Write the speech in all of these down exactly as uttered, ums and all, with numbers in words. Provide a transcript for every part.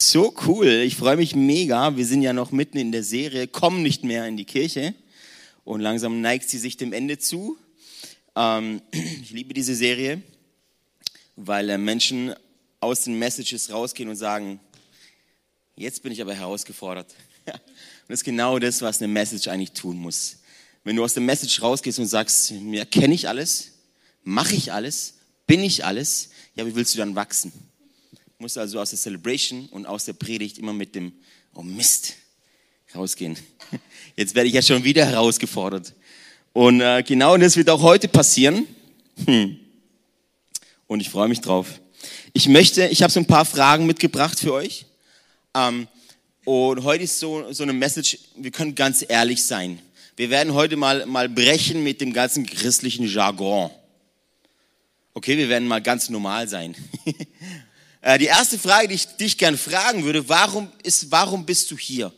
So cool, ich freue mich mega. Wir sind ja noch mitten in der Serie, komm nicht mehr in die Kirche. Und langsam neigt sie sich dem Ende zu. Ähm, ich liebe diese Serie, weil äh, Menschen aus den Messages rausgehen und sagen, jetzt bin ich aber herausgefordert. Und das ist genau das, was eine Message eigentlich tun muss. Wenn du aus der Message rausgehst und sagst, ja, kenne ich alles, mache ich alles, bin ich alles, ja, wie willst du dann wachsen? Du musst also aus der Celebration und aus der Predigt immer mit dem, oh Mist, rausgehen. Jetzt werde ich ja schon wieder herausgefordert. Und äh, genau das wird auch heute passieren. Hm. Und ich freue mich drauf. Ich möchte, ich habe so ein paar Fragen mitgebracht für euch. Ähm, und heute ist so, so eine Message, wir können ganz ehrlich sein. Wir werden heute mal, mal brechen mit dem ganzen christlichen Jargon. Okay, wir werden mal ganz normal sein. Die erste Frage, die ich dich gerne fragen würde, warum ist, warum bist du hier?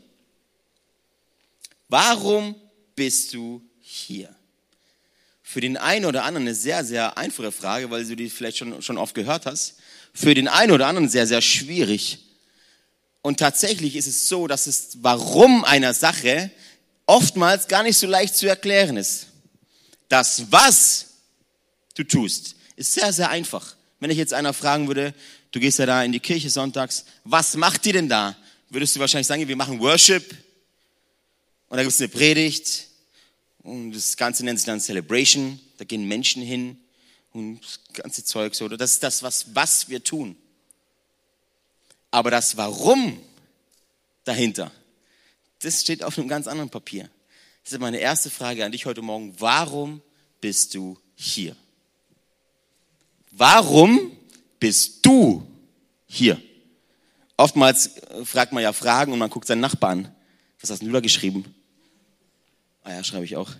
Warum bist du hier? Für den einen oder anderen eine sehr, sehr einfache Frage, weil du die vielleicht schon, schon oft gehört hast. Für den einen oder anderen sehr, sehr schwierig. Und tatsächlich ist es so, dass das Warum einer Sache oftmals gar nicht so leicht zu erklären ist. Das Was du tust, ist sehr, sehr einfach. Wenn ich jetzt einer fragen würde, du gehst ja da in die Kirche sonntags, was macht ihr denn da? Würdest du wahrscheinlich sagen, wir machen Worship und da gibt es eine Predigt und das Ganze nennt sich dann Celebration, da gehen Menschen hin und das ganze Zeug so. Das ist das, was, was wir tun. Aber das Warum dahinter, das steht auf einem ganz anderen Papier. Das ist meine erste Frage an dich heute Morgen. Warum bist du hier? Warum bist du hier? Oftmals fragt man ja Fragen und man guckt seinen Nachbarn an. Was hast du da geschrieben? Ah ja, schreibe ich auch.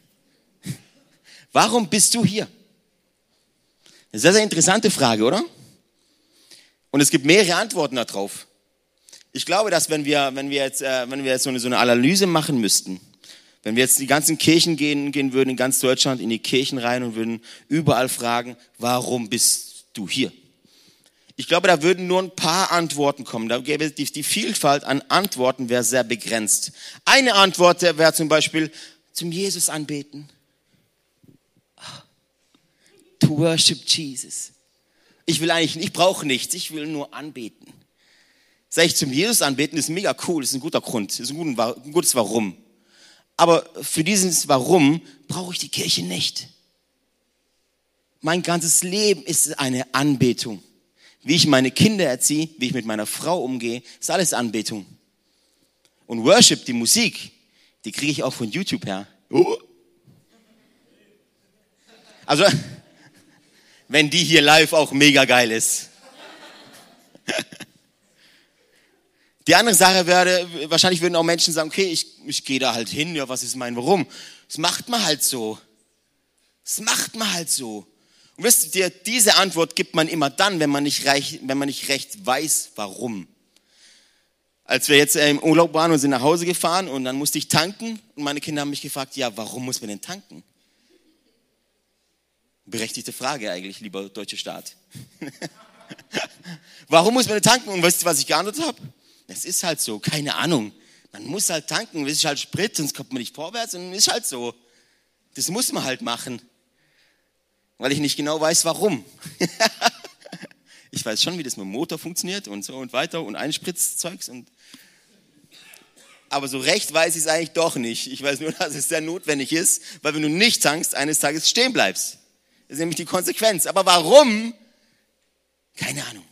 Warum bist du hier? Eine sehr, sehr interessante Frage, oder? Und es gibt mehrere Antworten darauf. Ich glaube, dass wenn wir, wenn wir jetzt, äh, wenn wir jetzt so eine, so eine Analyse machen müssten, wenn wir jetzt die ganzen Kirchen gehen, gehen würden, in ganz Deutschland, in die Kirchen rein und würden überall fragen, warum bist du hier? Ich glaube, da würden nur ein paar Antworten kommen. Da gäbe die, die Vielfalt an Antworten wäre sehr begrenzt. Eine Antwort wäre zum Beispiel, zum Jesus anbeten. To worship Jesus. Ich will eigentlich, ich brauche nichts, ich will nur anbeten. Sag ich, zum Jesus anbeten ist mega cool, ist ein guter Grund, ist ein, guter, ein gutes Warum. Aber für dieses Warum brauche ich die Kirche nicht. Mein ganzes Leben ist eine Anbetung. Wie ich meine Kinder erziehe, wie ich mit meiner Frau umgehe, ist alles Anbetung. Und Worship, die Musik, die kriege ich auch von YouTube her. Also, wenn die hier live auch mega geil ist. Die andere Sache wäre, wahrscheinlich würden auch Menschen sagen, okay, ich, ich gehe da halt hin, ja, was ist mein Warum? Das macht man halt so. Das macht man halt so. Und wisst ihr, diese Antwort gibt man immer dann, wenn man nicht recht, wenn man nicht recht weiß, warum. Als wir jetzt im Urlaub waren und sind nach Hause gefahren und dann musste ich tanken und meine Kinder haben mich gefragt, ja, warum muss man denn tanken? Berechtigte Frage eigentlich, lieber deutscher Staat. Warum muss man denn tanken? Und weißt du, was ich geantwortet habe? Es ist halt so, keine Ahnung. Man muss halt tanken, es ist halt Sprit, sonst kommt man nicht vorwärts und es ist halt so. Das muss man halt machen. Weil ich nicht genau weiß, warum. Ich weiß schon, wie das mit dem Motor funktioniert und so und weiter und Einspritzzeugs. Und aber so recht weiß ich es eigentlich doch nicht. Ich weiß nur, dass es sehr notwendig ist, weil wenn du nicht tankst, eines Tages stehen bleibst. Das ist nämlich die Konsequenz. Aber warum? Keine Ahnung.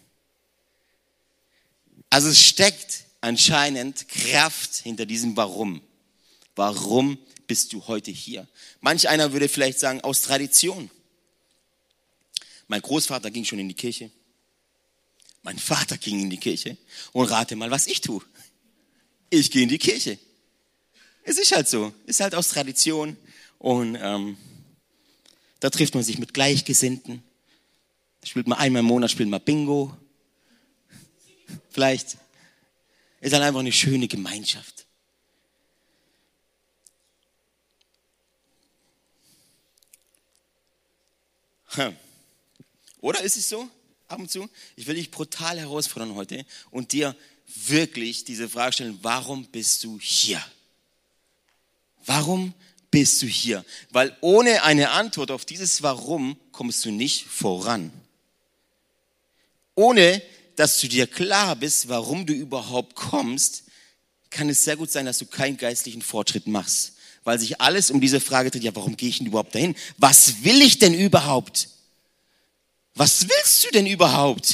Also es steckt anscheinend Kraft hinter diesem Warum. Warum bist du heute hier? Manch einer würde vielleicht sagen, aus Tradition. Mein Großvater ging schon in die Kirche. Mein Vater ging in die Kirche. Und rate mal, was ich tue. Ich gehe in die Kirche. Es ist halt so. Es ist halt aus Tradition. Und ähm, da trifft man sich mit Gleichgesinnten. Da spielt man einmal im Monat, spielt man Bingo. Vielleicht. Ist halt einfach eine schöne Gemeinschaft. Hm. Oder ist es so? ab und zu. Ich will dich brutal herausfordern heute und dir wirklich diese Frage stellen, warum bist du hier? Warum bist du hier? Weil ohne eine Antwort auf dieses Warum kommst du nicht voran. Ohne, dass du dir klar bist, warum du überhaupt kommst, kann es sehr gut sein, dass du keinen geistlichen Fortschritt machst. Weil sich alles um diese Frage dreht, ja, warum gehe ich denn überhaupt dahin? Was will ich denn überhaupt? Was willst du denn überhaupt?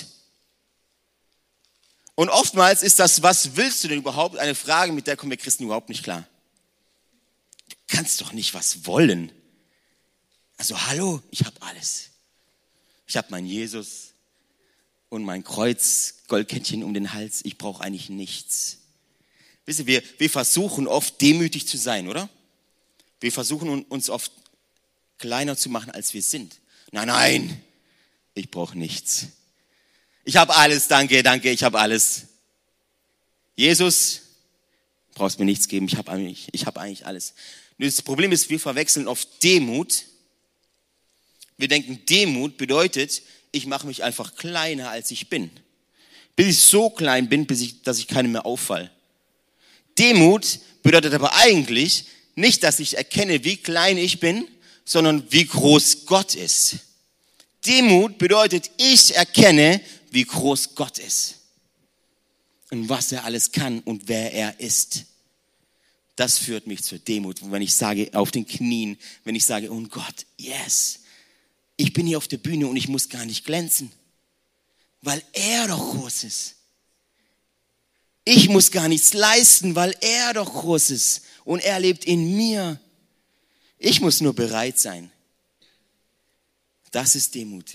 Und oftmals ist das, was willst du denn überhaupt, eine Frage, mit der kommen wir Christen überhaupt nicht klar. Du kannst doch nicht was wollen. Also hallo, ich habe alles. Ich habe meinen Jesus und mein Kreuz, Goldkettchen um den Hals. Ich brauche eigentlich nichts. Wisst ihr, wir, wir versuchen oft demütig zu sein, oder? Wir versuchen uns oft kleiner zu machen, als wir sind. Nein, nein, ich brauche nichts. Ich habe alles, danke, danke, ich habe alles. Jesus, brauchst mir nichts geben, ich habe eigentlich, ich habe eigentlich alles. Nur das Problem ist, wir verwechseln oft Demut. Wir denken, Demut bedeutet, ich mache mich einfach kleiner, als ich bin. Bis ich so klein bin, bis ich, dass ich keinem mehr auffall. Demut bedeutet aber eigentlich nicht, dass ich erkenne, wie klein ich bin, sondern wie groß Gott ist. Demut bedeutet, ich erkenne, wie groß Gott ist und was er alles kann und wer er ist. Das führt mich zur Demut, wenn ich sage, auf den Knien, wenn ich sage, oh Gott, yes, ich bin hier auf der Bühne und ich muss gar nicht glänzen, weil er doch groß ist. Ich muss gar nichts leisten, weil er doch groß ist und er lebt in mir. Ich muss nur bereit sein. Das ist Demut.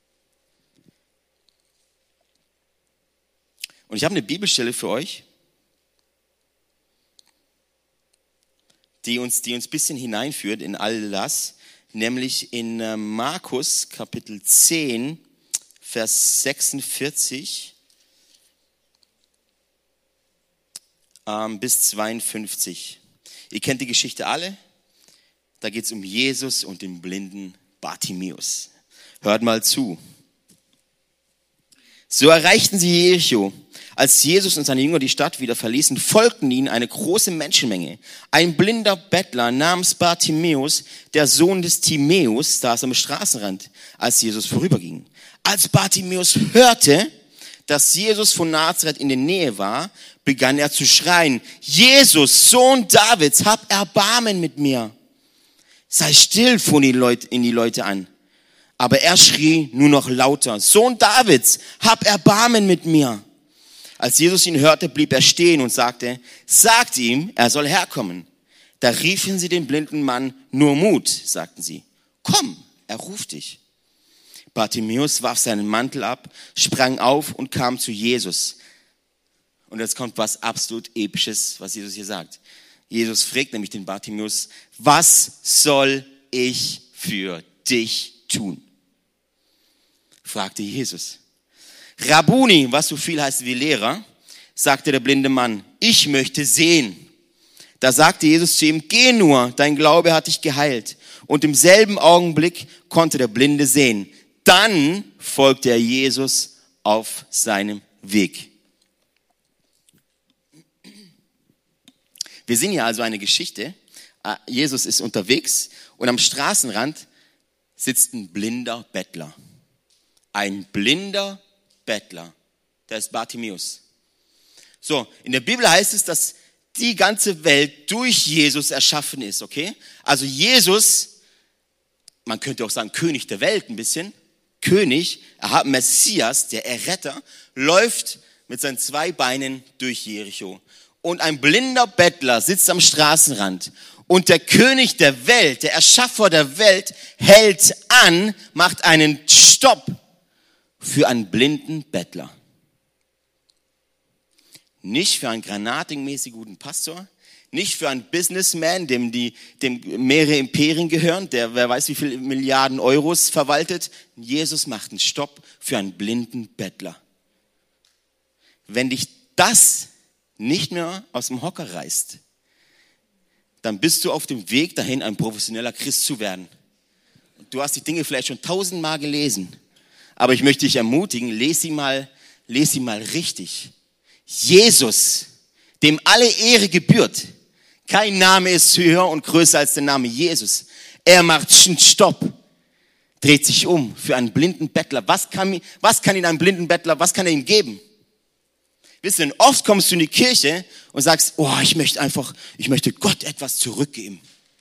Und ich habe eine Bibelstelle für euch, die uns, die uns ein bisschen hineinführt in all das, nämlich in Markus Kapitel zehn, Vers sechsundvierzig ähm, bis zweiundfünfzig. Ihr kennt die Geschichte alle. Da geht es um Jesus und den blinden Bartimäus. Hört mal zu. So erreichten sie Jericho. Als Jesus und seine Jünger die Stadt wieder verließen, folgten ihnen eine große Menschenmenge. Ein blinder Bettler namens Bartimäus, der Sohn des Timäus, saß am Straßenrand, als Jesus vorüberging. Als Bartimäus hörte, dass Jesus von Nazareth in der Nähe war, begann er zu schreien: Jesus, Sohn Davids, hab Erbarmen mit mir. Sei still, fuhren die Leute, in die Leute an. Aber er schrie nur noch lauter: Sohn Davids, hab Erbarmen mit mir. Als Jesus ihn hörte, blieb er stehen und sagte: Sagt ihm, er soll herkommen. Da riefen sie den blinden Mann: Nur Mut, sagten sie. Komm, er ruft dich. Bartimäus warf seinen Mantel ab, sprang auf und kam zu Jesus. Und jetzt kommt was absolut Episches, was Jesus hier sagt. Jesus fragt nämlich den Bartimäus: Was soll ich für dich tun? Fragte Jesus. Rabuni, was so viel heißt wie Lehrer, sagte der blinde Mann: Ich möchte sehen. Da sagte Jesus zu ihm: Geh nur, dein Glaube hat dich geheilt. Und im selben Augenblick konnte der Blinde sehen. Dann folgte er Jesus auf seinem Weg. Wir sehen hier also eine Geschichte. Jesus ist unterwegs und am Straßenrand sitzt ein blinder Bettler. Ein blinder Bettler. Der ist Bartimäus. So, in der Bibel heißt es, dass die ganze Welt durch Jesus erschaffen ist, okay? Also Jesus, man könnte auch sagen König der Welt ein bisschen, König, er hat Messias, der Erretter, läuft mit seinen zwei Beinen durch Jericho. Und ein blinder Bettler sitzt am Straßenrand. Und der König der Welt, der Erschaffer der Welt, hält an, macht einen Stopp für einen blinden Bettler. Nicht für einen granatenmäßig guten Pastor, nicht für einen Businessman, dem, die, dem mehrere Imperien gehören, der wer weiß wie viele Milliarden Euros verwaltet. Jesus macht einen Stopp für einen blinden Bettler. Wenn dich das nicht mehr aus dem Hocker reißt, dann bist du auf dem Weg dahin, ein professioneller Christ zu werden. Du hast die Dinge vielleicht schon tausendmal gelesen, Aber ich möchte dich ermutigen, lese sie mal, lese sie mal richtig. Jesus, dem alle Ehre gebührt. Kein Name ist höher und größer als der Name Jesus. Er macht einen Stopp, dreht sich um für einen blinden Bettler. Was kann, was kann ihn einem blinden Bettler, was kann er ihm geben? Wisst ihr, oft kommst du in die Kirche und sagst, oh, ich möchte einfach, ich möchte Gott etwas zurückgeben.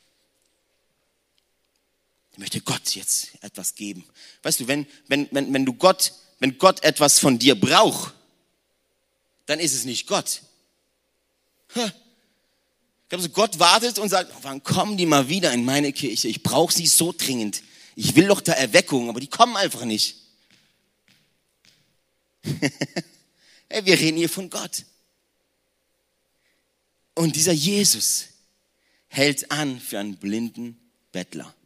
Ich möchte Gott jetzt etwas geben. Weißt du, wenn, wenn, wenn, wenn du Gott, wenn Gott etwas von dir braucht, dann ist es nicht Gott. Ich glaube, so Gott wartet und sagt, wann kommen die mal wieder in meine Kirche? Ich brauche sie so dringend. Ich will doch da Erweckung, aber die kommen einfach nicht. Hey, wir reden hier von Gott. Und dieser Jesus hält an für einen blinden Bettler.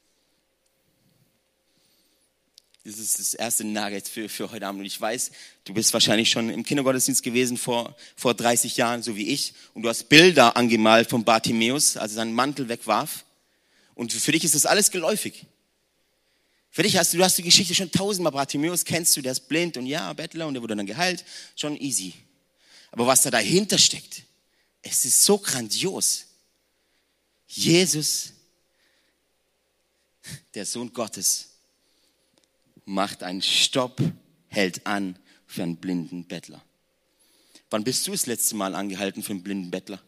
Das ist das erste Nugget für, für heute Abend. Und ich weiß, du bist wahrscheinlich schon im Kindergottesdienst gewesen vor, vor dreißig Jahren, so wie ich. Und du hast Bilder angemalt von Bartimäus, als er seinen Mantel wegwarf. Und für dich ist das alles geläufig. Für dich hast du, du hast die Geschichte schon tausendmal. Bartimäus kennst du, der ist blind und ja, Bettler und der wurde dann geheilt. Schon easy. Aber was da dahinter steckt, es ist so grandios. Jesus, der Sohn Gottes, macht einen Stopp, hält an für einen blinden Bettler. Wann bist du das letzte Mal angehalten für einen blinden Bettler?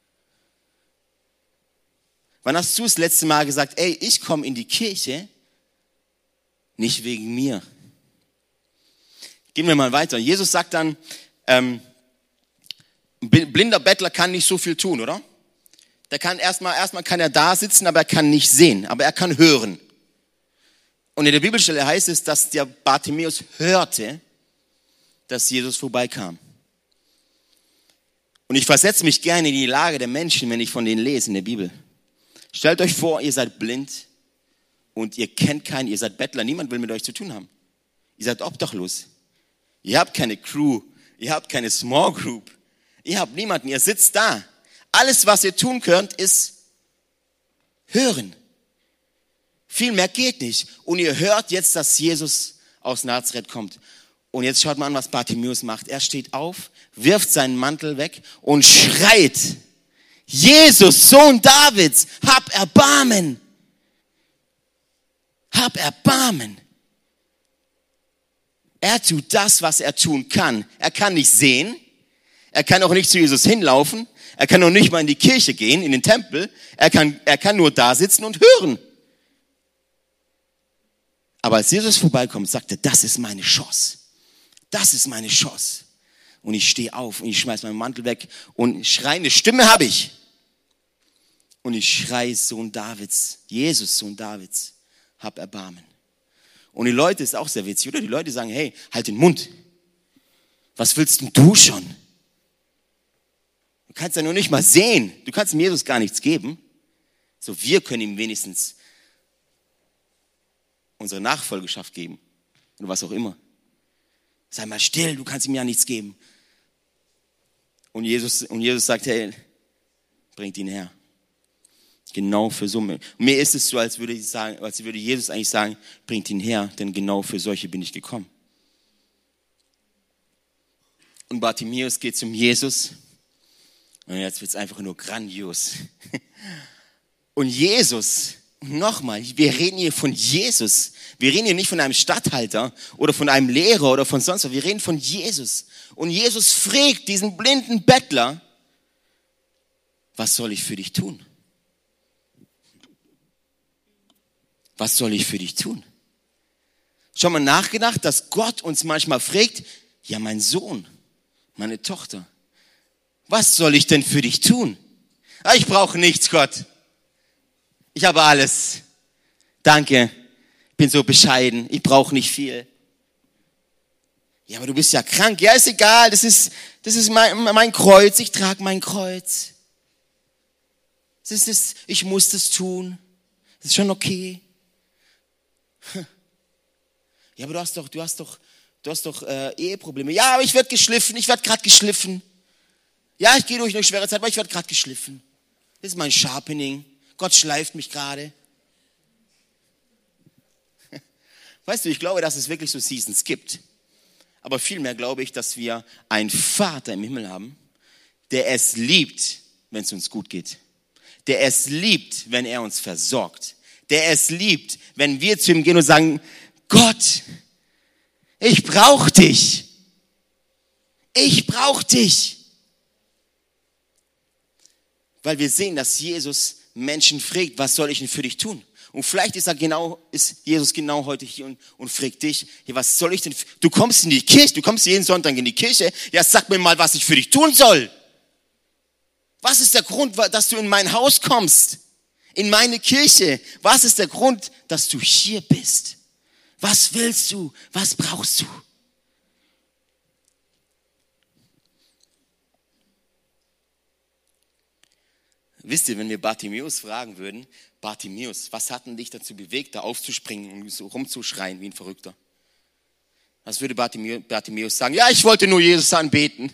Wann hast du das letzte Mal gesagt, ey, ich komme in die Kirche, nicht wegen mir? Gehen wir mal weiter. Jesus sagt dann, ähm, ein blinder Bettler kann nicht so viel tun, oder? Der kann erstmal, erstmal kann er da sitzen, aber er kann nicht sehen, aber er kann hören. Und in der Bibelstelle heißt es, dass der Bartimäus hörte, dass Jesus vorbeikam. Und ich versetze mich gerne in die Lage der Menschen, wenn ich von denen lese in der Bibel. Stellt euch vor, ihr seid blind und ihr kennt keinen, ihr seid Bettler, niemand will mit euch zu tun haben. Ihr seid obdachlos. Ihr habt keine Crew, ihr habt keine Small Group, ihr habt niemanden, ihr sitzt da. Alles, was ihr tun könnt, ist hören. Viel mehr geht nicht. Und ihr hört jetzt, dass Jesus aus Nazareth kommt. Und jetzt schaut mal an, was Bartimäus macht. Er steht auf, wirft seinen Mantel weg und schreit, Jesus, Sohn Davids, hab Erbarmen. Hab Erbarmen. Er tut das, was er tun kann. Er kann nicht sehen. Er kann auch nicht zu Jesus hinlaufen. Er kann noch nicht mal in die Kirche gehen, in den Tempel. Er kann, er kann nur da sitzen und hören. Aber als Jesus vorbeikommt, sagt er, das ist meine Chance. Das ist meine Chance. Und ich stehe auf und ich schmeiß meinen Mantel weg und schreie, eine Stimme habe ich. Und ich schreie, Sohn Davids, Jesus, Sohn Davids, hab Erbarmen. Und die Leute, ist auch sehr witzig, oder? Die Leute sagen, hey, halt den Mund. Was willst denn du schon? Du kannst ja nur nicht mal sehen. Du kannst dem Jesus gar nichts geben. So, wir können ihm wenigstens unsere Nachfolgeschaft geben. Oder was auch immer. Sei mal still, du kannst ihm ja nichts geben. Und Jesus, und Jesus sagt, hey, bringt ihn her. Genau für so. Und mir ist es so, als würde ich sagen, als würde Jesus eigentlich sagen, bringt ihn her, denn genau für solche bin ich gekommen. Und Bartimäus geht zum Jesus. Und jetzt wird es einfach nur grandios. Und Jesus, nochmal, wir reden hier von Jesus. Wir reden hier nicht von einem Statthalter oder von einem Lehrer oder von sonst was. Wir reden von Jesus. Und Jesus fragt diesen blinden Bettler, was soll ich für dich tun? Was soll ich für dich tun? Schon mal nachgedacht, dass Gott uns manchmal fragt, ja, mein Sohn, meine Tochter, was soll ich denn für dich tun? Ah, ich brauche nichts, Gott. Ich habe alles. Danke. Ich bin so bescheiden. Ich brauche nicht viel. Ja, aber du bist ja krank. Ja, ist egal. Das ist, das ist mein, mein Kreuz. Ich trage mein Kreuz. Das ist das, ich muss das tun. Das ist schon okay. Ja, aber du hast doch, du hast doch, du hast doch äh, Eheprobleme. Ja, aber ich werde geschliffen. Ich werde gerade geschliffen. Ja, ich gehe durch eine schwere Zeit, aber ich werde gerade geschliffen. Das ist mein Sharpening. Gott schleift mich gerade. Weißt du, ich glaube, dass es wirklich so Seasons gibt. Aber vielmehr glaube ich, dass wir einen Vater im Himmel haben, der es liebt, wenn es uns gut geht. Der es liebt, wenn er uns versorgt. Der es liebt, wenn wir zu ihm gehen und sagen, Gott, ich brauche dich. Ich brauche dich. Weil wir sehen, dass Jesus Menschen fragt, was soll ich denn für dich tun? Und vielleicht ist er genau, ist Jesus genau heute hier und, und fragt dich, ja, was soll ich denn, du kommst in die Kirche, du kommst jeden Sonntag in die Kirche, ja, sag mir mal, was ich für dich tun soll. Was ist der Grund, dass du in mein Haus kommst? In meine Kirche? Was ist der Grund, dass du hier bist? Was willst du? Was brauchst du? Wisst ihr, wenn wir Bartimäus fragen würden, Bartimäus, was hat denn dich dazu bewegt, da aufzuspringen und so rumzuschreien wie ein Verrückter? Was würde Bartimäus sagen? Ja, ich wollte nur Jesus anbeten.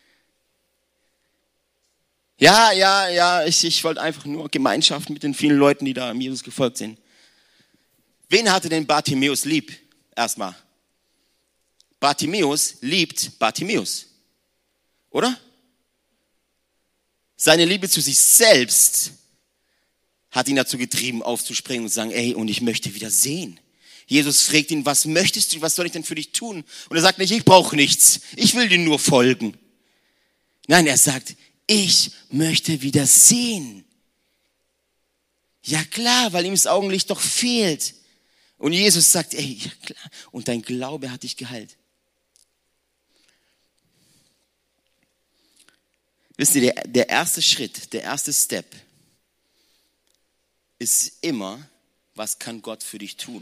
Ja, ja, ja, ich, ich wollte einfach nur Gemeinschaft mit den vielen Leuten, die da Jesus gefolgt sind. Wen hatte denn Bartimäus lieb? Erstmal. Bartimäus liebt Bartimäus. Oder? Seine Liebe zu sich selbst hat ihn dazu getrieben, aufzuspringen und zu sagen, ey, und ich möchte wieder sehen. Jesus fragt ihn, was möchtest du, was soll ich denn für dich tun? Und er sagt nicht, ich brauche nichts, ich will dir nur folgen. Nein, er sagt, ich möchte wieder sehen. Ja klar, weil ihm das Augenlicht doch fehlt. Und Jesus sagt, ey, ja klar, und dein Glaube hat dich geheilt. Wisst ihr, der, der erste Schritt, der erste Step ist immer, was kann Gott für dich tun?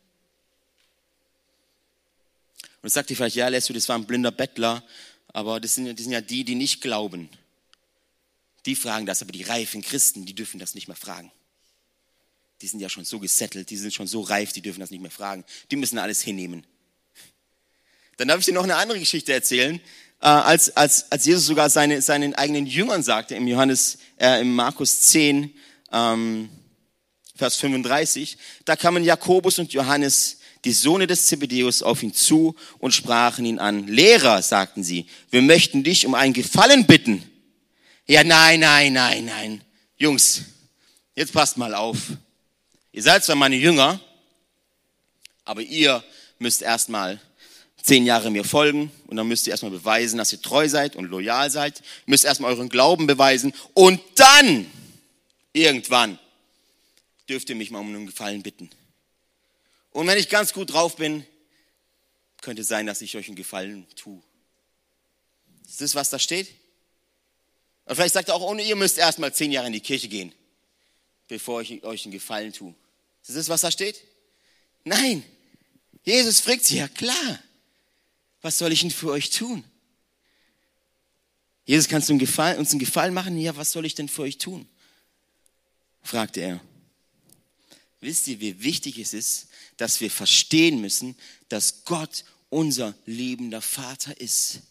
Und jetzt sagt ihr vielleicht, ja, Leslie, das war ein blinder Bettler, aber das sind, das sind ja die, die nicht glauben. Die fragen das, aber die reifen Christen, die dürfen das nicht mehr fragen. Die sind ja schon so gesettelt, die sind schon so reif, die dürfen das nicht mehr fragen. Die müssen alles hinnehmen. Dann darf ich dir noch eine andere Geschichte erzählen. Äh, als, als, als Jesus sogar seine, seinen eigenen Jüngern sagte, im Johannes, äh, im Markus zehn, ähm, Vers fünfunddreißig, da kamen Jakobus und Johannes, die Söhne des Zebedäus, auf ihn zu und sprachen ihn an. Lehrer, sagten sie, wir möchten dich um einen Gefallen bitten. Ja, nein, nein, nein, nein. Jungs, jetzt passt mal auf. Ihr seid zwar meine Jünger, aber ihr müsst erstmal zehn Jahre mir folgen und dann müsst ihr erstmal beweisen, dass ihr treu seid und loyal seid. Ihr müsst erstmal euren Glauben beweisen und dann, irgendwann, dürft ihr mich mal um einen Gefallen bitten. Und wenn ich ganz gut drauf bin, könnte sein, dass ich euch einen Gefallen tue. Ist das, was da steht? Und vielleicht sagt er auch, ohne ihr müsst erstmal zehn Jahre in die Kirche gehen, bevor ich euch einen Gefallen tue. Ist das, was da steht? Nein. Jesus fragt sie, ja klar. Was soll ich denn für euch tun? Jesus, kannst du einen Gefallen, uns einen Gefallen machen? Ja, was soll ich denn für euch tun? Fragte er. Wisst ihr, wie wichtig es ist, dass wir verstehen müssen, dass Gott unser liebender Vater ist.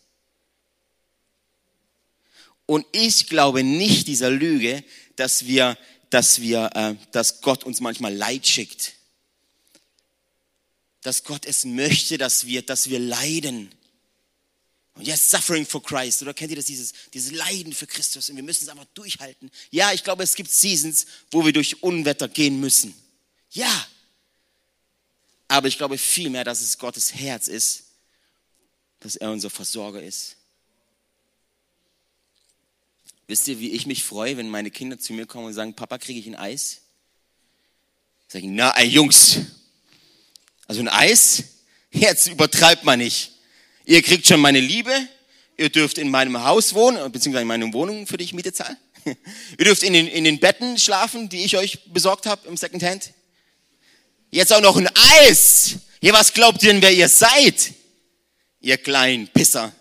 Und ich glaube nicht dieser Lüge, dass wir, dass wir, äh, dass Gott uns manchmal Leid schickt. Dass Gott es möchte, dass wir, dass wir leiden. Und yes, suffering for Christ. Oder kennt ihr das, dieses, dieses Leiden für Christus? Und wir müssen es einfach durchhalten. Ja, ich glaube, es gibt Seasons, wo wir durch Unwetter gehen müssen. Ja. Aber ich glaube vielmehr, dass es Gottes Herz ist, dass er unser Versorger ist. Wisst ihr, wie ich mich freue, wenn meine Kinder zu mir kommen und sagen, Papa, kriege ich ein Eis? Sag ich, na, ey, Jungs, also ein Eis? Jetzt übertreibt man nicht. Ihr kriegt schon meine Liebe, ihr dürft in meinem Haus wohnen, beziehungsweise in meiner Wohnung, für die ich Miete zahle. Ihr dürft in den, in den Betten schlafen, die ich euch besorgt habe im Secondhand. Jetzt auch noch ein Eis. Ja, was glaubt ihr denn, wer ihr seid? Ihr kleinen Pisser.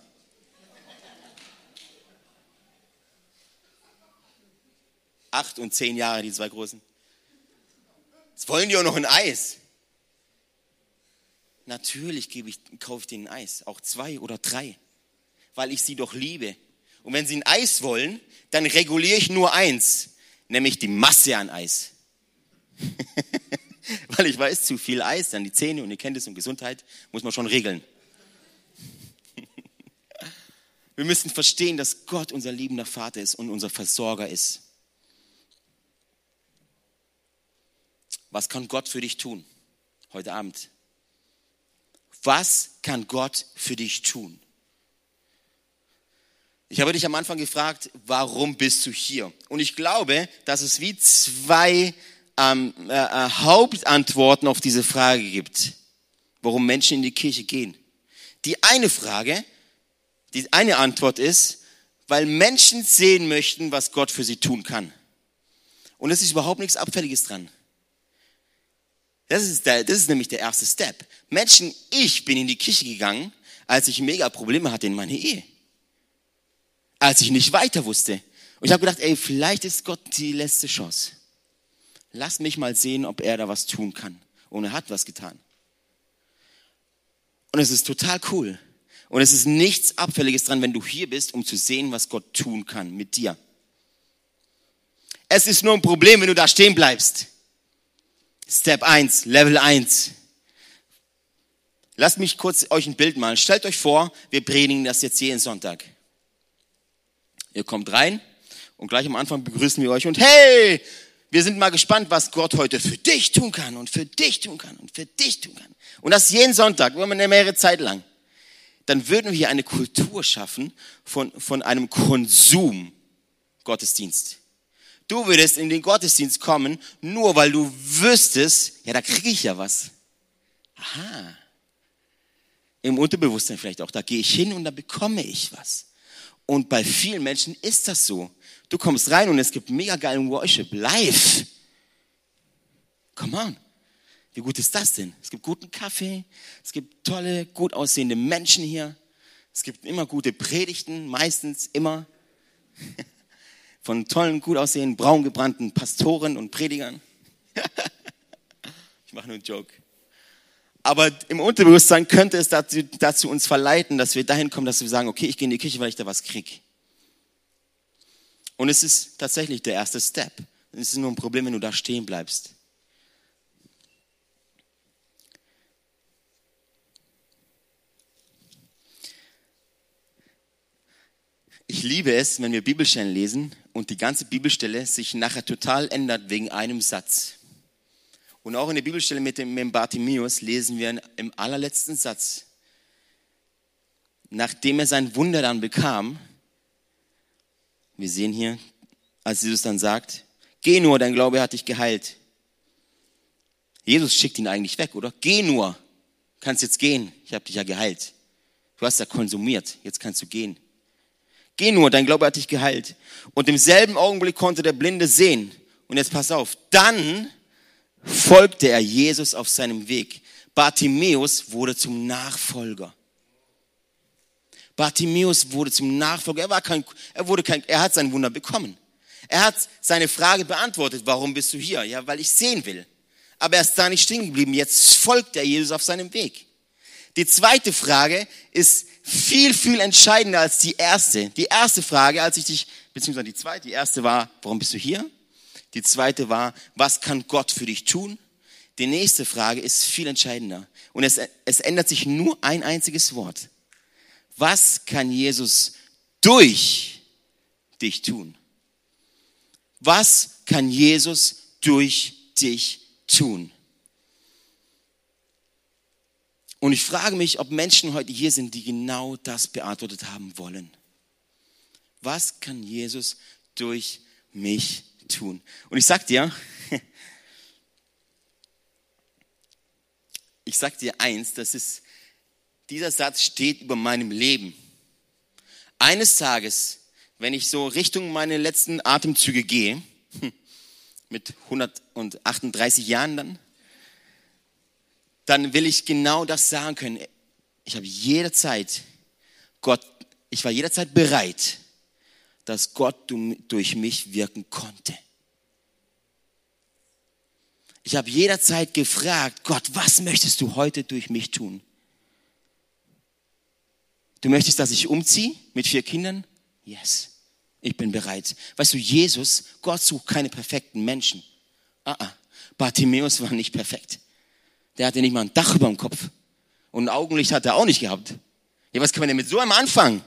Acht und zehn Jahre, die zwei Großen. Jetzt wollen die auch noch ein Eis. Natürlich gebe ich, kaufe ich denen ein Eis, auch zwei oder drei, weil ich sie doch liebe. Und wenn sie ein Eis wollen, dann reguliere ich nur eins, nämlich die Masse an Eis. Weil ich weiß, zu viel Eis, dann die Zähne und ihr kennt es und Gesundheit, muss man schon regeln. Wir müssen verstehen, dass Gott unser liebender Vater ist und unser Versorger ist. Was kann Gott für dich tun heute Abend? Was kann Gott für dich tun? Ich habe dich am Anfang gefragt, warum bist du hier? Und ich glaube, dass es wie zwei ähm, äh, Hauptantworten auf diese Frage gibt, warum Menschen in die Kirche gehen. Die eine Frage, die eine Antwort ist, weil Menschen sehen möchten, was Gott für sie tun kann. Und es ist überhaupt nichts Abfälliges dran. Das ist, der, das ist nämlich der erste Step. Menschen, ich bin in die Kirche gegangen, als ich mega Probleme hatte in meiner Ehe. Als ich nicht weiter wusste. Und ich habe gedacht, ey, vielleicht ist Gott die letzte Chance. Lass mich mal sehen, ob er da was tun kann. Und er hat was getan. Und es ist total cool. Und es ist nichts Abfälliges dran, wenn du hier bist, um zu sehen, was Gott tun kann mit dir. Es ist nur ein Problem, wenn du da stehen bleibst. Step eins, Level eins. Lasst mich kurz euch ein Bild malen. Stellt euch vor, wir predigen das jetzt jeden Sonntag. Ihr kommt rein und gleich am Anfang begrüßen wir euch und hey, wir sind mal gespannt, was Gott heute für dich tun kann und für dich tun kann und für dich tun kann. Und das jeden Sonntag, wenn man eine mehrere Zeit lang. Dann würden wir hier eine Kultur schaffen von, von einem Konsum-Gottesdienst. Du würdest in den Gottesdienst kommen, nur weil du wüsstest, ja, da kriege ich ja was. Aha. Im Unterbewusstsein vielleicht auch, da gehe ich hin und da bekomme ich was. Und bei vielen Menschen ist das so. Du kommst rein und es gibt mega geilen Worship live. Come on. Wie gut ist das denn? Es gibt guten Kaffee, es gibt tolle, gut aussehende Menschen hier. Es gibt immer gute Predigten, meistens immer. Von tollen, gut aussehenden, braun gebrannten Pastoren und Predigern. Ich mache nur einen Joke. Aber im Unterbewusstsein könnte es dazu, dazu uns verleiten, dass wir dahin kommen, dass wir sagen, okay, ich gehe in die Kirche, weil ich da was kriege. Und es ist tatsächlich der erste Step. Es ist nur ein Problem, wenn du da stehen bleibst. Ich liebe es, wenn wir Bibelstellen lesen und die ganze Bibelstelle sich nachher total ändert wegen einem Satz. Und auch in der Bibelstelle mit dem, mit dem Bartimäus lesen wir im allerletzten Satz, nachdem er sein Wunder dann bekam, wir sehen hier, als Jesus dann sagt, geh nur, dein Glaube hat dich geheilt. Jesus schickt ihn eigentlich weg, oder? Geh nur, kannst jetzt gehen, ich habe dich ja geheilt. Du hast ja konsumiert, jetzt kannst du gehen. Geh nur, dein Glaube hat dich geheilt. Und im selben Augenblick konnte der Blinde sehen. Und jetzt pass auf, dann folgte er Jesus auf seinem Weg. Bartimäus wurde zum Nachfolger. Bartimäus wurde zum Nachfolger. Er war kein, er wurde kein, er hat sein Wunder bekommen. Er hat seine Frage beantwortet. Warum bist du hier? Ja, weil ich sehen will. Aber er ist da nicht stehen geblieben. Jetzt folgt er Jesus auf seinem Weg. Die zweite Frage ist viel, viel entscheidender als die erste. Die erste Frage, als ich dich, beziehungsweise die zweite, die erste war, warum bist du hier? Die zweite war, was kann Gott für dich tun? Die nächste Frage ist viel entscheidender. Und es, es ändert sich nur ein einziges Wort. Was kann Jesus durch dich tun? Was kann Jesus durch dich tun? Und ich frage mich, ob Menschen heute hier sind, die genau das beantwortet haben wollen. Was kann Jesus durch mich tun? Und ich sag dir, ich sag dir eins, das ist, dieser Satz steht über meinem Leben. Eines Tages, wenn ich so Richtung meine letzten Atemzüge gehe, mit hundertachtunddreißig Jahren dann, dann will ich genau das sagen können. Ich habe jederzeit Gott, ich war jederzeit bereit, dass Gott durch mich wirken konnte. Ich habe jederzeit gefragt, Gott, was möchtest du heute durch mich tun? Du möchtest, dass ich umziehe mit vier Kindern? Yes, ich bin bereit. Weißt du, Jesus, Gott sucht keine perfekten Menschen. Ah, ah. Bartimäus war nicht perfekt. Der hatte nicht mal ein Dach über dem Kopf. Und ein Augenlicht hat er auch nicht gehabt. Ja, was kann man denn mit so einem anfangen?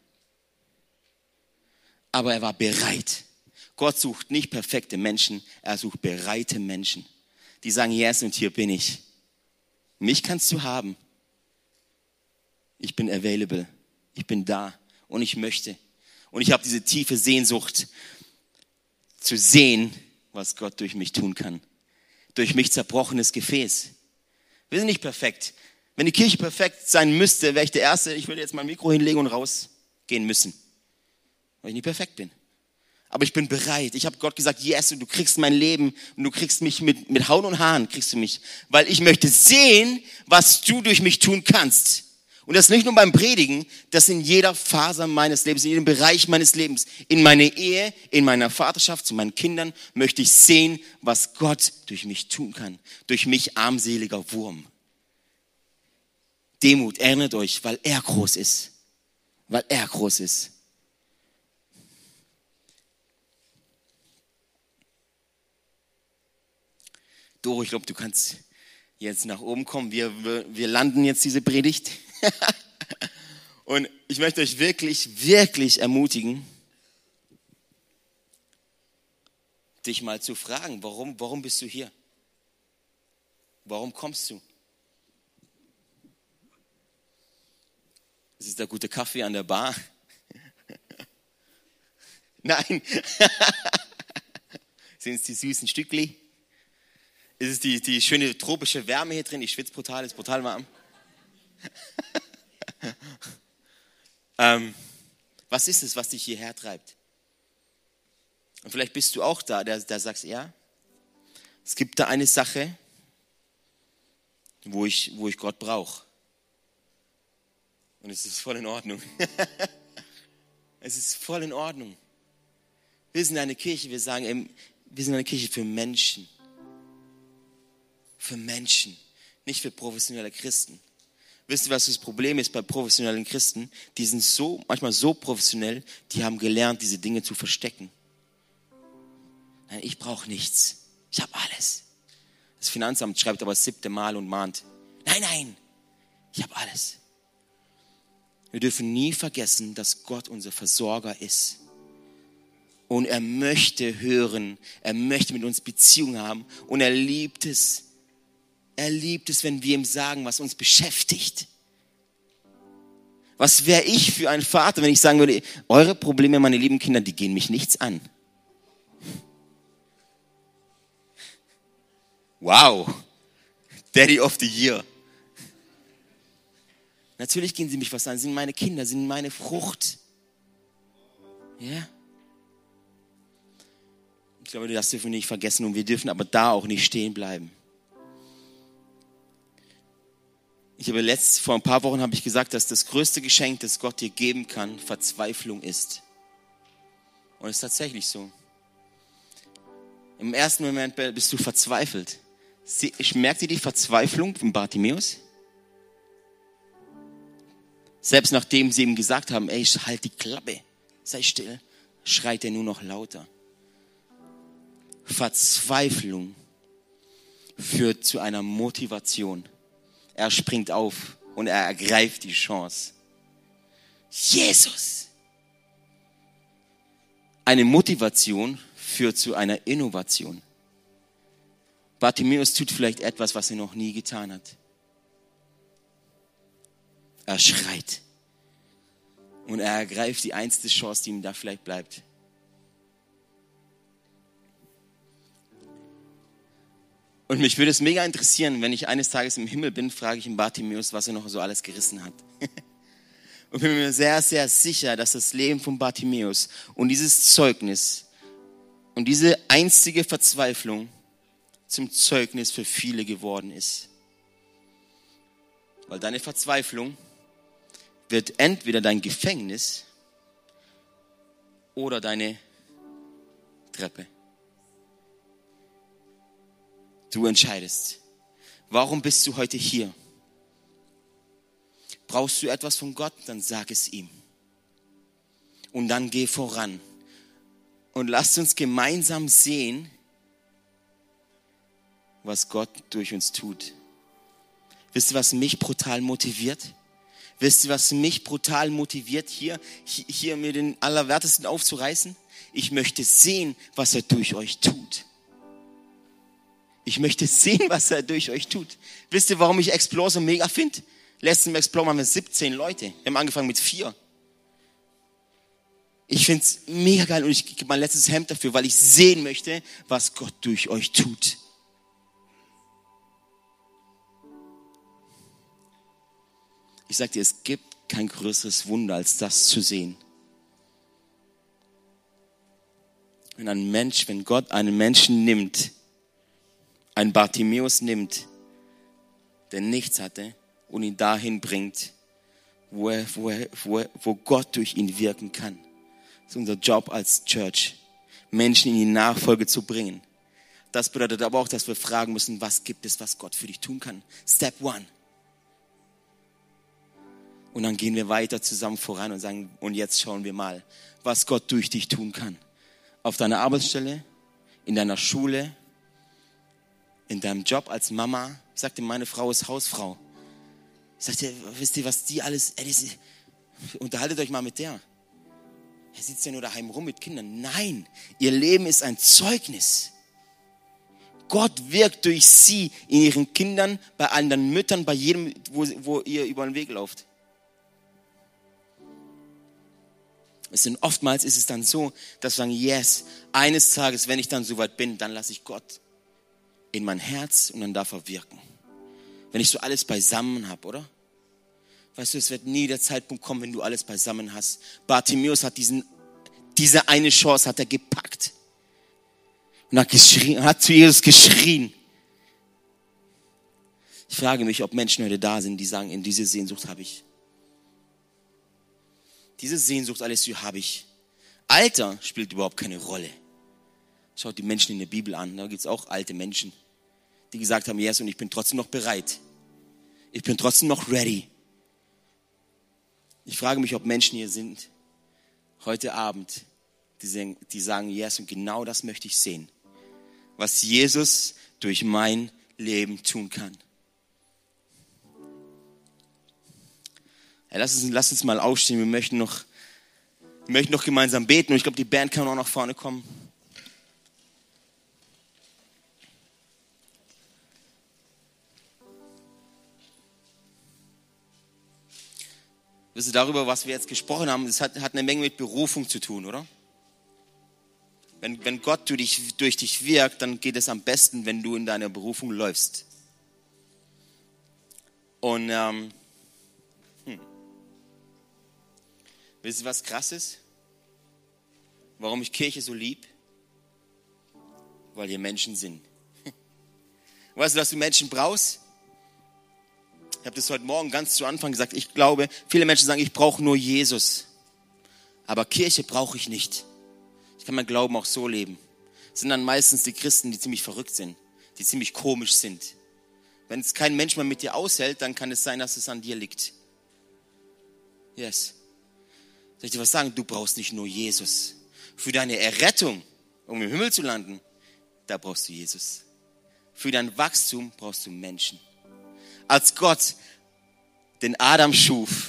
Aber er war bereit. Gott sucht nicht perfekte Menschen, er sucht bereite Menschen, die sagen, yes, und hier bin ich. Mich kannst du haben. Ich bin available. Ich bin da und ich möchte. Und ich habe diese tiefe Sehnsucht zu sehen, was Gott durch mich tun kann. Durch mich zerbrochenes Gefäß. Wir sind nicht perfekt. Wenn die Kirche perfekt sein müsste, wäre ich der Erste, ich würde jetzt mein Mikro hinlegen und rausgehen müssen. Weil ich nicht perfekt bin. Aber ich bin bereit. Ich habe Gott gesagt, yes, und du kriegst mein Leben und du kriegst mich mit, mit Haut und Haaren, kriegst du mich. Weil ich möchte sehen, was du durch mich tun kannst. Und das nicht nur beim Predigen, das in jeder Faser meines Lebens, in jedem Bereich meines Lebens. In meiner Ehe, in meiner Vaterschaft, zu meinen Kindern möchte ich sehen, was Gott durch mich tun kann. Durch mich armseliger Wurm. Demut, erinnert euch, weil er groß ist. Weil er groß ist. Doro, ich glaube, du kannst jetzt nach oben kommen. Wir, wir, wir landen jetzt diese Predigt. Und ich möchte euch wirklich, wirklich ermutigen, dich mal zu fragen, warum, warum bist du hier? Warum kommst du? Ist es der gute Kaffee an der Bar? Nein. Sind es die süßen Stückli? Ist es die, die schöne tropische Wärme hier drin? Ich schwitze brutal, ist brutal warm. ähm, was ist es, was dich hierher treibt? Und vielleicht bist du auch da, der, der sagst, ja, es gibt da eine Sache, wo ich, wo ich Gott brauche. Und es ist voll in Ordnung. Es ist voll in Ordnung. Wir sind eine Kirche, wir sagen, eben, wir sind eine Kirche für Menschen. Für Menschen, nicht für professionelle Christen. Wisst ihr, was das Problem ist bei professionellen Christen? Die sind so, manchmal so professionell, die haben gelernt, diese Dinge zu verstecken. Nein, ich brauche nichts. Ich habe alles. Das Finanzamt schreibt aber das siebte Mal und mahnt. Nein, nein, ich habe alles. Wir dürfen nie vergessen, dass Gott unser Versorger ist. Und er möchte hören, er möchte mit uns Beziehung haben und er liebt es, Er liebt es, wenn wir ihm sagen, was uns beschäftigt. Was wäre ich für ein Vater, wenn ich sagen würde, eure Probleme, meine lieben Kinder, die gehen mich nichts an. Wow, Daddy of the Year. Natürlich gehen sie mich was an, sind meine Kinder, sind meine Frucht. Ja. Ich glaube, das dürfen wir nicht vergessen und wir dürfen aber da auch nicht stehen bleiben. Ich habe letzt, vor ein paar Wochen habe ich gesagt, dass das größte Geschenk, das Gott dir geben kann, Verzweiflung ist. Und es ist tatsächlich so. Im ersten Moment bist du verzweifelt. Ich merkte die Verzweiflung von Bartimäus. Selbst nachdem sie ihm gesagt haben, ey, halt die Klappe, sei still, schreit er nur noch lauter. Verzweiflung führt zu einer Motivation. Er springt auf und er ergreift die Chance. Jesus! Eine Motivation führt zu einer Innovation. Bartimäus tut vielleicht etwas, was er noch nie getan hat. Er schreit. Und er ergreift die einzige Chance, die ihm da vielleicht bleibt. Und mich würde es mega interessieren, wenn ich eines Tages im Himmel bin, frage ich den Bartimäus, was er noch so alles gerissen hat. Und bin mir sehr, sehr sicher, dass das Leben von Bartimäus und dieses Zeugnis und diese einstige Verzweiflung zum Zeugnis für viele geworden ist. Weil deine Verzweiflung wird entweder dein Gefängnis oder deine Treppe. Du entscheidest. Warum bist du heute hier? Brauchst du etwas von Gott, dann sag es ihm. Und dann geh voran. Und lasst uns gemeinsam sehen, was Gott durch uns tut. Wisst ihr, was mich brutal motiviert? Wisst ihr, was mich brutal motiviert, hier, hier mir den Allerwertesten aufzureißen? Ich möchte sehen, was er durch euch tut. Ich möchte sehen, was er durch euch tut. Wisst ihr, warum ich Explore so mega finde? Letzten Explore haben wir siebzehn Leute. Wir haben angefangen mit vier. Ich finde es mega geil und ich gebe mein letztes Hemd dafür, weil ich sehen möchte, was Gott durch euch tut. Ich sage dir, es gibt kein größeres Wunder, als das zu sehen. Wenn ein Mensch, wenn Gott einen Menschen nimmt, einen Bartimäus nimmt, der nichts hatte, und ihn dahin bringt, wo, er, wo, er, wo, er, wo Gott durch ihn wirken kann. Das ist unser Job als Church, Menschen in die Nachfolge zu bringen. Das bedeutet aber auch, dass wir fragen müssen, was gibt es, was Gott für dich tun kann. Step one. Und dann gehen wir weiter zusammen voran und sagen, und jetzt schauen wir mal, was Gott durch dich tun kann. Auf deiner Arbeitsstelle, in deiner Schule, in deinem Job als Mama. Ich sagte, meine Frau ist Hausfrau. Ich sagte, wisst ihr, was die alles, ey, das, unterhaltet euch mal mit der. Er sitzt ja nur daheim rum mit Kindern. Nein, ihr Leben ist ein Zeugnis. Gott wirkt durch sie in ihren Kindern, bei anderen Müttern, bei jedem, wo, wo ihr über den Weg lauft. Es sind, oftmals ist es dann so, dass wir sagen, yes, eines Tages, wenn ich dann soweit bin, dann lasse ich Gott in mein Herz und dann darf er wirken. Wenn ich so alles beisammen habe, oder? Weißt du, es wird nie der Zeitpunkt kommen, wenn du alles beisammen hast. Bartimäus hat diesen, diese eine Chance hat er gepackt. Und hat, geschrien, hat zu Jesus geschrien. Ich frage mich, ob Menschen heute da sind, die sagen, in diese Sehnsucht habe ich. Diese Sehnsucht, Alessio, habe ich. Alter spielt überhaupt keine Rolle. Schaut die Menschen in der Bibel an. Da gibt es auch alte Menschen, die gesagt haben, yes, und ich bin trotzdem noch bereit. Ich bin trotzdem noch ready. Ich frage mich, ob Menschen hier sind, heute Abend, die sagen, die sagen, yes, und genau das möchte ich sehen. Was Jesus durch mein Leben tun kann. Ja, lass uns, lass uns mal aufstehen, wir möchten noch, wir möchten noch gemeinsam beten und ich glaube, die Band kann auch nach vorne kommen. Wisst ihr, darüber, was wir jetzt gesprochen haben, das hat, hat eine Menge mit Berufung zu tun, oder? Wenn, wenn Gott durch dich, durch dich wirkt, dann geht es am besten, wenn du in deiner Berufung läufst. Und ähm, hm. wisst ihr, was krass ist? Warum ich Kirche so lieb? Weil hier Menschen sind. Weißt du, dass du Menschen brauchst? Ich habe das heute Morgen ganz zu Anfang gesagt. Ich glaube, viele Menschen sagen, ich brauche nur Jesus. Aber Kirche brauche ich nicht. Ich kann meinen Glauben auch so leben. Es sind dann meistens die Christen, die ziemlich verrückt sind, die ziemlich komisch sind. Wenn es kein Mensch mehr mit dir aushält, dann kann es sein, dass es an dir liegt. Yes. Soll ich dir was sagen? Du brauchst nicht nur Jesus. Für deine Errettung, um im Himmel zu landen, da brauchst du Jesus. Für dein Wachstum brauchst du Menschen. Als Gott den Adam schuf,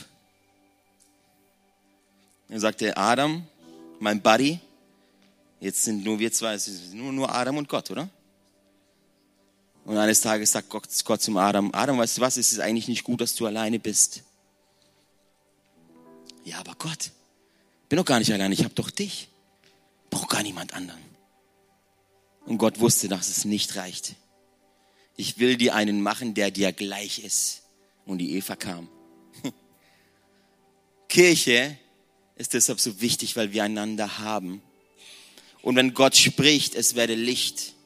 er sagte, Adam, mein Buddy, jetzt sind nur wir zwei, es ist nur, nur Adam und Gott, oder? Und eines Tages sagt Gott, Gott zum Adam, Adam, weißt du was, es ist eigentlich nicht gut, dass du alleine bist. Ja, aber Gott, ich bin doch gar nicht alleine, ich habe doch dich. Ich brauche gar niemand anderen. Und Gott wusste, dass es nicht reicht. Ich will dir einen machen, der dir gleich ist. Und die Eva kam. Kirche ist deshalb so wichtig, weil wir einander haben. Und wenn Gott spricht, es werde Licht,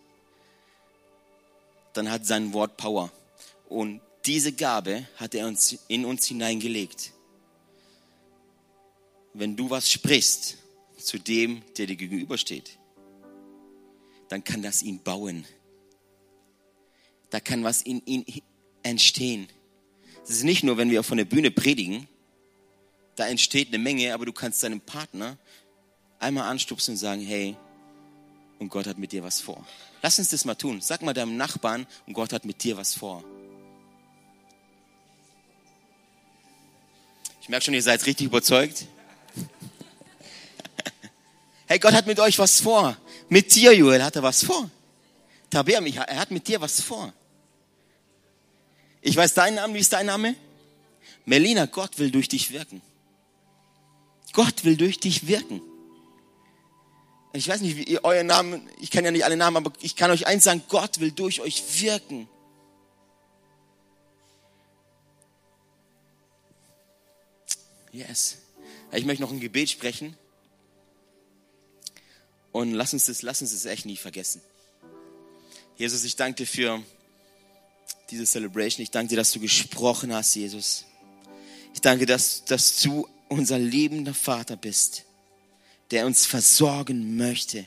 dann hat sein Wort Power. Und diese Gabe hat er uns in uns hineingelegt. Wenn du was sprichst zu dem, der dir gegenübersteht, dann kann das ihn bauen. Da kann was in ihm entstehen. Es ist nicht nur, wenn wir von der Bühne predigen, da entsteht eine Menge, aber du kannst deinem Partner einmal anstupsen und sagen, hey, und Gott hat mit dir was vor. Lass uns das mal tun. Sag mal deinem Nachbarn, und Gott hat mit dir was vor. Ich merke schon, ihr seid richtig überzeugt. Hey, Gott hat mit euch was vor. Mit dir, Joel, hat er was vor. Tabea, er hat mit dir was vor. Ich weiß deinen Namen, wie ist dein Name? Melina, Gott will durch dich wirken. Gott will durch dich wirken. Ich weiß nicht, wie ihr euren Namen, ich kenne ja nicht alle Namen, aber ich kann euch eins sagen, Gott will durch euch wirken. Yes. Ich möchte noch ein Gebet sprechen. Und lass uns das, lass uns das echt nie vergessen. Jesus, ich danke dir für diese Celebration. Ich danke dir, dass du gesprochen hast, Jesus. Ich danke dir, dass, dass du unser liebender Vater bist, der uns versorgen möchte.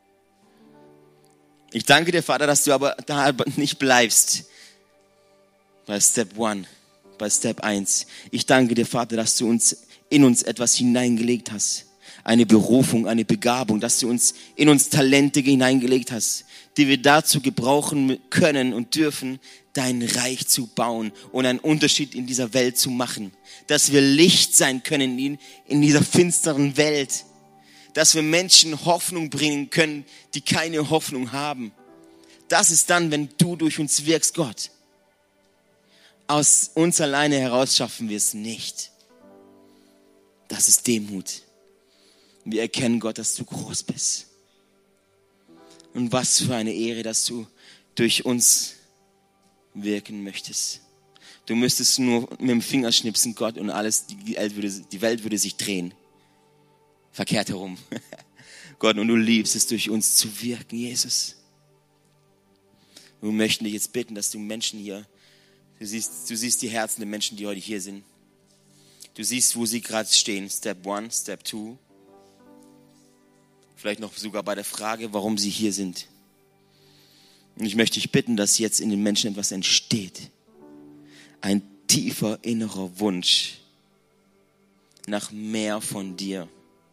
Ich danke dir, Vater, dass du aber da nicht bleibst bei Step One, bei Step eins. Ich danke dir, Vater, dass du uns in uns etwas hineingelegt hast. Eine Berufung, eine Begabung, dass du uns in uns Talente hineingelegt hast, die wir dazu gebrauchen können und dürfen, dein Reich zu bauen und einen Unterschied in dieser Welt zu machen. Dass wir Licht sein können in, in dieser finsteren Welt. Dass wir Menschen Hoffnung bringen können, die keine Hoffnung haben. Das ist dann, wenn du durch uns wirkst, Gott. Aus uns alleine heraus schaffen wir es nicht. Das ist Demut. Wir erkennen, Gott, dass du groß bist. Und was für eine Ehre, dass du durch uns wirken möchtest. Du müsstest nur mit dem Finger schnipsen, Gott, und alles, die Welt würde, die Welt würde sich drehen. Verkehrt herum. Gott, und du liebst es, durch uns zu wirken, Jesus. Wir möchten dich jetzt bitten, dass du Menschen hier, du siehst, du siehst die Herzen der Menschen, die heute hier sind. Du siehst, wo sie gerade stehen. Step one, Step two. Vielleicht noch sogar bei der Frage, warum sie hier sind. Und ich möchte dich bitten, dass jetzt in den Menschen etwas entsteht. Ein tiefer innerer Wunsch nach mehr von dir.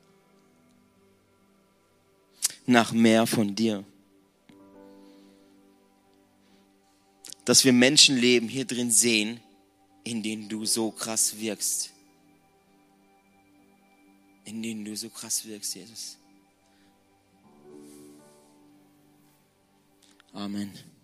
Nach mehr von dir. Dass wir Menschenleben hier drin sehen, in denen du so krass wirkst. In denen du so krass wirkst, Jesus. Amen.